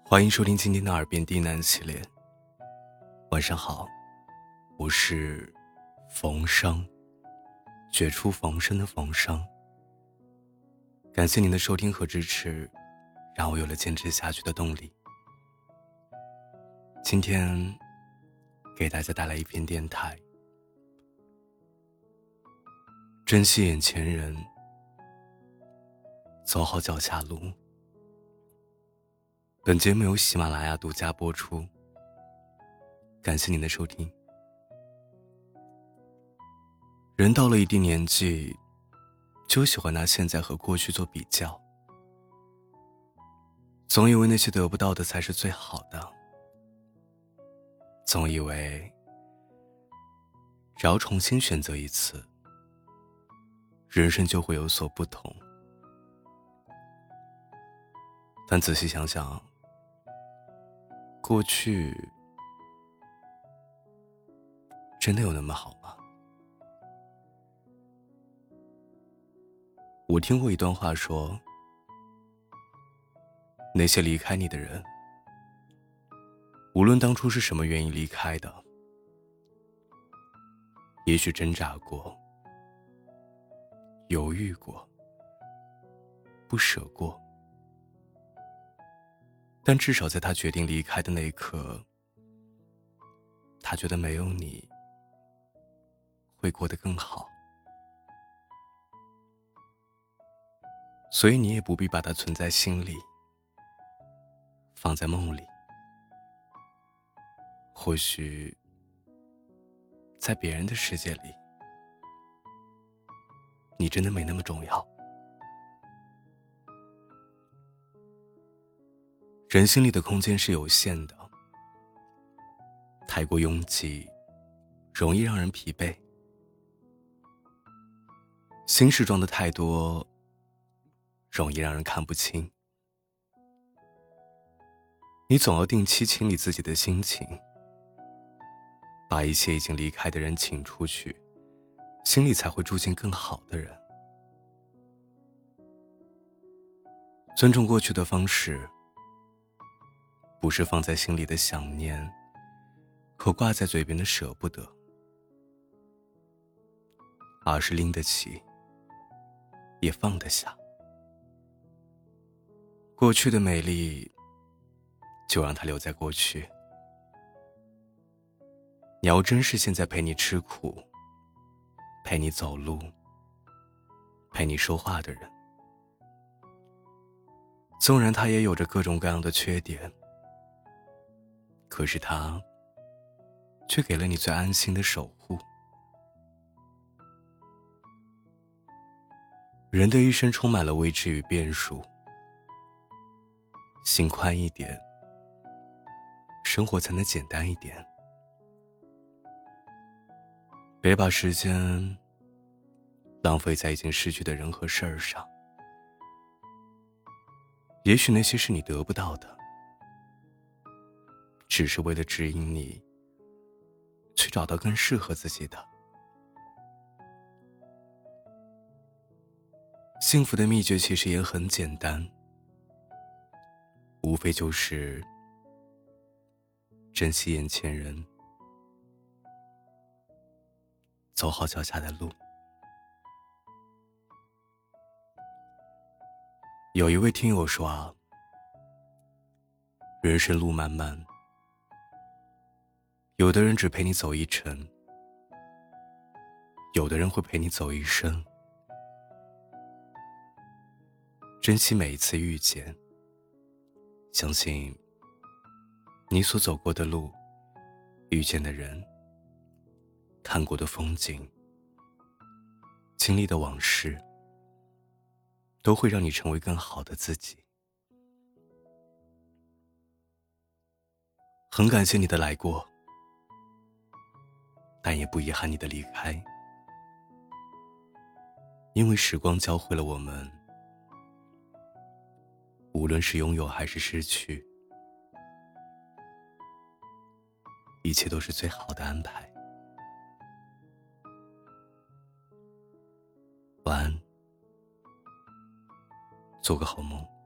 欢迎收听今天的耳边低喃系列。晚上好，我是冯商，绝处逢生的冯商。感谢您的收听和支持，让我有了坚持下去的动力。今天给大家带来一篇电台，珍惜眼前人，走好脚下路。本节目由喜马拉雅独家播出，感谢您的收听。人到了一定年纪，就喜欢拿现在和过去做比较，总以为那些得不到的才是最好的，总以为只要重新选择一次，人生就会有所不同。但仔细想想，过去真的有那么好吗？我听过一段话说，那些离开你的人，无论当初是什么原因离开的，也许挣扎过，犹豫过，不舍过，但至少在他决定离开的那一刻，他觉得没有你会过得更好，所以你也不必把它存在心里，放在梦里。或许在别人的世界里，你真的没那么重要。人心里的空间是有限的，太过拥挤容易让人疲惫，心事装的太多容易让人看不清。你总要定期清理自己的心情，把一些已经离开的人请出去，心里才会住进更好的人。尊重过去的方式，不是放在心里的想念和挂在嘴边的舍不得，而是拎得起也放得下。过去的美丽就让它留在过去，你要珍视现在陪你吃苦，陪你走路，陪你说话的人。纵然他也有着各种各样的缺点，可是他却给了你最安心的守护。人的一生充满了未知与变数，心宽一点，生活才能简单一点。别把时间浪费在已经失去的人和事儿上，也许那些是你得不到的，只是为了指引你去找到更适合自己的。幸福的秘诀其实也很简单，无非就是珍惜眼前人，走好脚下的路。有一位听友说啊，人生路漫漫，有的人只陪你走一程，有的人会陪你走一生。珍惜每一次遇见，相信你所走过的路，遇见的人，看过的风景，经历的往事，都会让你成为更好的自己。很感谢你的来过，但也不遗憾你的离开，因为时光教会了我们，无论是拥有还是失去，一切都是最好的安排。晚安，做个好梦。